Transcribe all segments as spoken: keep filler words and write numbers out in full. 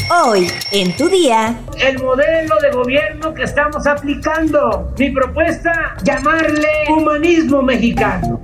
Hoy, en tu día, el modelo de gobierno que estamos aplicando. Mi propuesta, llamarle humanismo mexicano.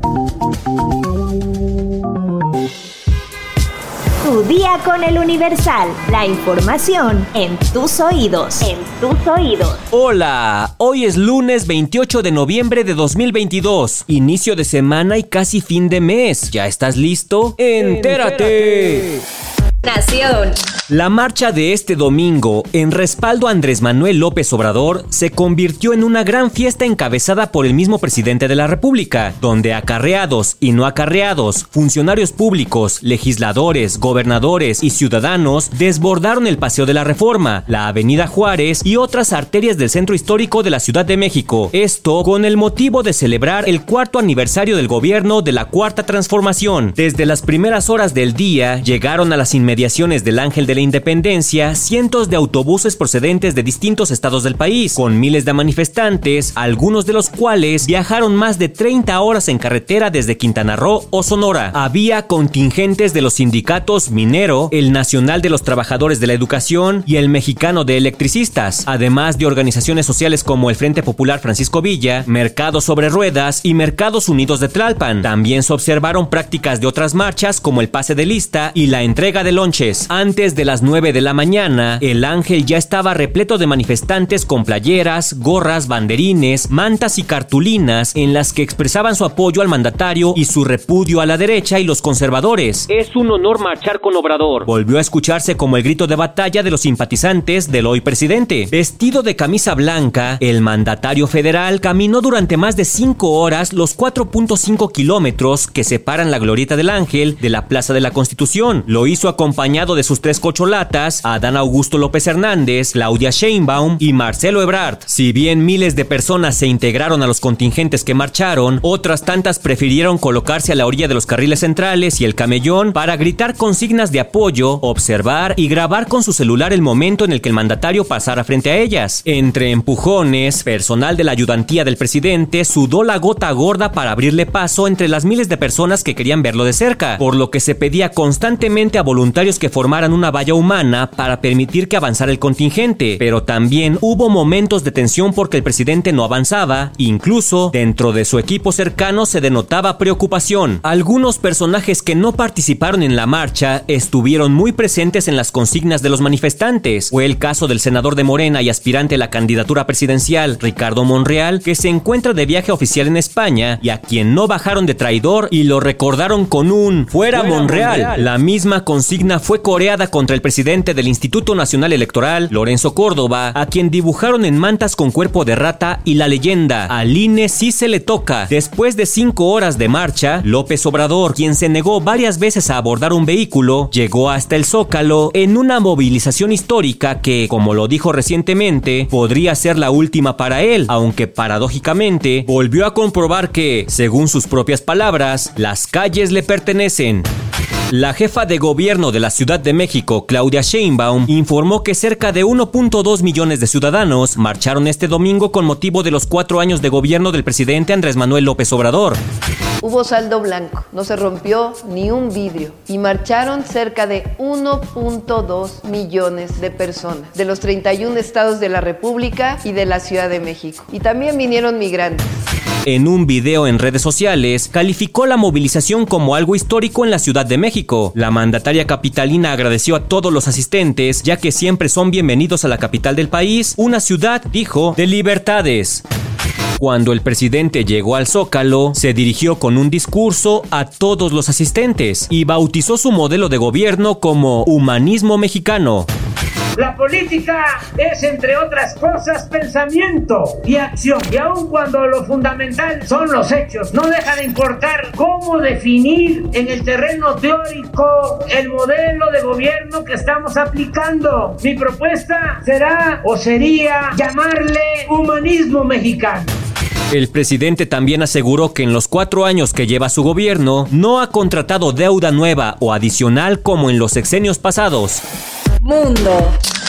Tu día con el Universal. La información en tus oídos. En tus oídos. Hola, hoy es lunes veintiocho de noviembre de dos mil veintidós. Inicio de semana y casi fin de mes. ¿Ya estás listo? ¡Entérate! Nación. La marcha de este domingo, en respaldo a Andrés Manuel López Obrador, se convirtió en una gran fiesta encabezada por el mismo presidente de la República, donde acarreados y no acarreados, funcionarios públicos, legisladores, gobernadores y ciudadanos desbordaron el Paseo de la Reforma, la Avenida Juárez y otras arterias del centro histórico de la Ciudad de México. Esto con el motivo de celebrar el cuarto aniversario del gobierno de la Cuarta Transformación. Desde las primeras horas del día, llegaron a las inmediaciones del Ángel de la Independencia cientos de autobuses procedentes de distintos estados del país, con miles de manifestantes, algunos de los cuales viajaron más de treinta horas en carretera desde Quintana Roo o Sonora. Había contingentes de los sindicatos Minero, el Nacional de los Trabajadores de la Educación y el Mexicano de Electricistas, además de organizaciones sociales como el Frente Popular Francisco Villa, Mercados sobre Ruedas y Mercados Unidos de Tlalpan. También se observaron prácticas de otras marchas como el pase de lista y la entrega de lonches. Antes de las nueve de la mañana, el Ángel ya estaba repleto de manifestantes con playeras, gorras, banderines, mantas y cartulinas en las que expresaban su apoyo al mandatario y su repudio a la derecha y los conservadores. Es un honor marchar con Obrador. Volvió a escucharse como el grito de batalla de los simpatizantes del hoy presidente. Vestido de camisa blanca, el mandatario federal caminó durante más de cinco horas los cuatro punto cinco kilómetros que separan la Glorieta del Ángel de la Plaza de la Constitución. Lo hizo acompañado de sus tres cocholatas, Adán Augusto López Hernández, Claudia Sheinbaum y Marcelo Ebrard. Si bien miles de personas se integraron a los contingentes que marcharon, otras tantas prefirieron colocarse a la orilla de los carriles centrales y el camellón para gritar consignas de apoyo, observar y grabar con su celular el momento en el que el mandatario pasara frente a ellas. Entre empujones, personal de la ayudantía del presidente sudó la gota gorda para abrirle paso entre las miles de personas que querían verlo de cerca, por lo que se pedía constantemente a voluntarios que formaran una valla humana para permitir que avanzara el contingente, pero también hubo momentos de tensión porque el presidente no avanzaba, incluso dentro de su equipo cercano se denotaba preocupación. Algunos personajes que no participaron en la marcha estuvieron muy presentes en las consignas de los manifestantes. Fue el caso del senador de Morena y aspirante a la candidatura presidencial, Ricardo Monreal, que se encuentra de viaje oficial en España y a quien no bajaron de traidor y lo recordaron con un ¡Fuera, Fuera Monreal! Monreal. La misma consigna fue coreada contra el presidente del Instituto Nacional Electoral, Lorenzo Córdoba, a quien dibujaron en mantas con cuerpo de rata y la leyenda "Al I N E sí se le toca". Después de cinco horas de marcha, López Obrador, quien se negó varias veces a abordar un vehículo, llegó hasta el Zócalo en una movilización histórica que, como lo dijo recientemente, podría ser la última para él, aunque paradójicamente volvió a comprobar que, según sus propias palabras, las calles le pertenecen. La jefa de gobierno de la Ciudad de México, Claudia Sheinbaum, informó que cerca de uno punto dos millones de ciudadanos marcharon este domingo con motivo de los cuatro años de gobierno del presidente Andrés Manuel López Obrador. Hubo saldo blanco, no se rompió ni un vidrio y marcharon cerca de uno punto dos millones de personas de los treinta y un estados de la República y de la Ciudad de México. Y también vinieron migrantes. En un video en redes sociales, calificó la movilización como algo histórico en la Ciudad de México. La mandataria capitalina agradeció a todos los asistentes, ya que siempre son bienvenidos a la capital del país, una ciudad, dijo, de libertades. Cuando el presidente llegó al Zócalo, se dirigió con un discurso a todos los asistentes y bautizó su modelo de gobierno como humanismo mexicano. La política es, entre otras cosas, pensamiento y acción. Y aun cuando lo fundamental son los hechos, no deja de importar cómo definir en el terreno teórico el modelo de gobierno que estamos aplicando. Mi propuesta será o sería llamarle humanismo mexicano. El presidente también aseguró que en los cuatro años que lleva su gobierno no ha contratado deuda nueva o adicional como en los sexenios pasados. Mundo.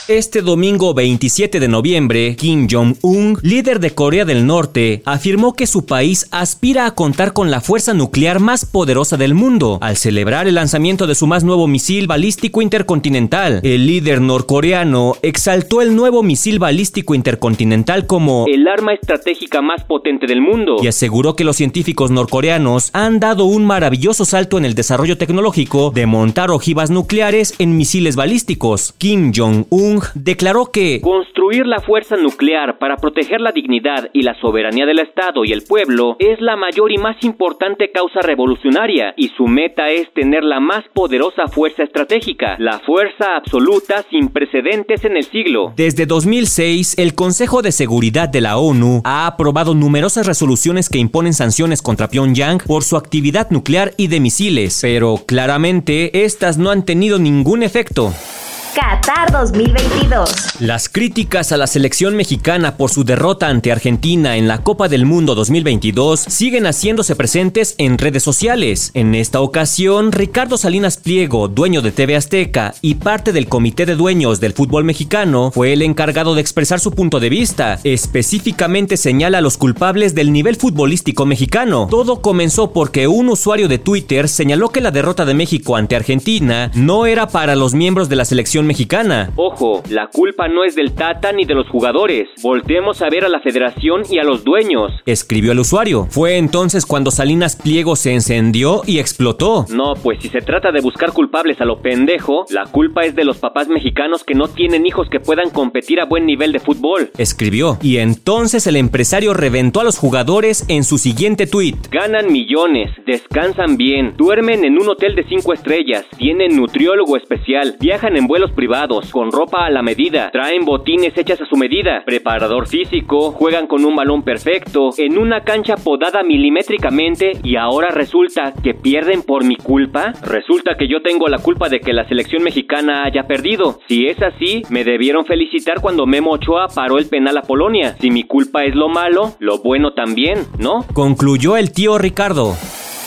Este domingo veintisiete de noviembre, Kim Jong-un, líder de Corea del Norte, afirmó que su país aspira a contar con la fuerza nuclear más poderosa del mundo, al celebrar el lanzamiento de su más nuevo misil balístico intercontinental. El líder norcoreano exaltó el nuevo misil balístico intercontinental como el arma estratégica más potente del mundo y aseguró que los científicos norcoreanos han dado un maravilloso salto en el desarrollo tecnológico de montar ojivas nucleares en misiles balísticos. Kim Jong-un declaró que construir la fuerza nuclear para proteger la dignidad y la soberanía del Estado y el pueblo es la mayor y más importante causa revolucionaria, y su meta es tener la más poderosa fuerza estratégica, la fuerza absoluta sin precedentes en el siglo. Desde dos mil seis, el Consejo de Seguridad de la ONU ha aprobado numerosas resoluciones que imponen sanciones contra Pyongyang por su actividad nuclear y de misiles, pero claramente estas no han tenido ningún efecto. Qatar dos mil veintidós. Las críticas a la selección mexicana por su derrota ante Argentina en la Copa del Mundo dos mil veintidós siguen haciéndose presentes en redes sociales. En esta ocasión, Ricardo Salinas Pliego, dueño de T V Azteca y parte del comité de dueños del fútbol mexicano, fue el encargado de expresar su punto de vista. Específicamente señala a los culpables del nivel futbolístico mexicano. Todo comenzó porque un usuario de Twitter señaló que la derrota de México ante Argentina no era para los miembros de la selección mexicana. Ojo, la culpa no es del Tata ni de los jugadores. Volteemos a ver a la federación y a los dueños, escribió el usuario. Fue entonces cuando Salinas Pliego se encendió y explotó. No, pues si se trata de buscar culpables a lo pendejo, la culpa es de los papás mexicanos que no tienen hijos que puedan competir a buen nivel de fútbol, escribió. Y entonces el empresario reventó a los jugadores en su siguiente tuit. Ganan millones, descansan bien, duermen en un hotel de cinco estrellas, tienen nutriólogo especial, viajan en vuelos privados, con ropa a la medida, traen botines hechas a su medida, preparador físico, juegan con un balón perfecto, en una cancha podada milimétricamente, y ahora resulta que pierden por mi culpa. Resulta que yo tengo la culpa de que la selección mexicana haya perdido. Si es así, me debieron felicitar cuando Memo Ochoa paró el penal a Polonia. Si mi culpa es lo malo, lo bueno también, ¿no? Concluyó el tío Ricardo.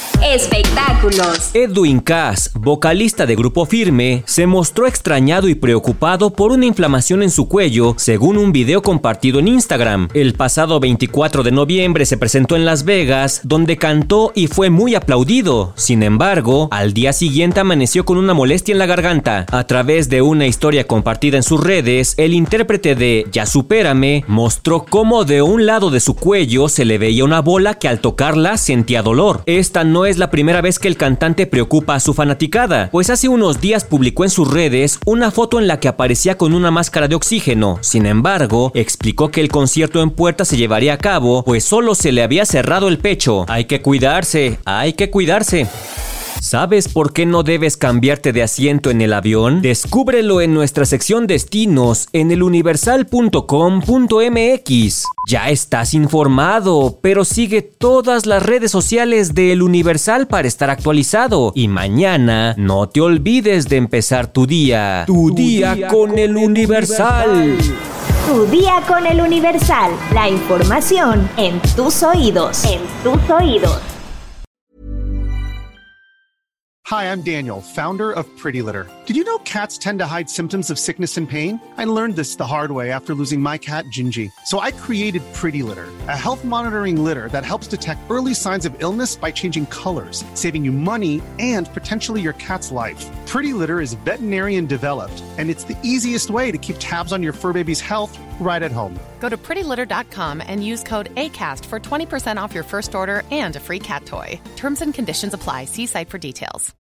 Espectáculos. Edwin Cass, vocalista de Grupo Firme, se mostró extrañado y preocupado por una inflamación en su cuello, según un video compartido en Instagram. El pasado veinticuatro de noviembre se presentó en Las Vegas, donde cantó y fue muy aplaudido. Sin embargo, al día siguiente amaneció con una molestia en la garganta. A través de una historia compartida en sus redes, el intérprete de Ya Supérame mostró cómo de un lado de su cuello se le veía una bola que al tocarla sentía dolor. Esta no es la primera vez que el cantante preocupa a su fanaticada, pues hace unos días publicó en sus redes una foto en la que aparecía con una máscara de oxígeno. Sin embargo, explicó que el concierto en puerta se llevaría a cabo, pues solo se le había cerrado el pecho. Hay que cuidarse, hay que cuidarse. ¿Sabes por qué no debes cambiarte de asiento en el avión? Descúbrelo en nuestra sección Destinos en el universal punto com punto m x. Ya estás informado, pero sigue todas las redes sociales de El Universal para estar actualizado. Y mañana no te olvides de empezar tu día. Tu, tu día, día con, con El Universal. Universal. Tu día con El Universal. La información en tus oídos. En tus oídos. Hi, I'm Daniel, founder of Pretty Litter. Did you know cats tend to hide symptoms of sickness and pain? I learned this the hard way after losing my cat, Gingy. So I created Pretty Litter, a health monitoring litter that helps detect early signs of illness by changing colors, saving you money and potentially your cat's life. Pretty Litter is veterinarian developed, and it's the easiest way to keep tabs on your fur baby's health right at home. Go to pretty litter dot com and use code ACAST for twenty percent off your first order and a free cat toy. Terms and conditions apply. See site for details.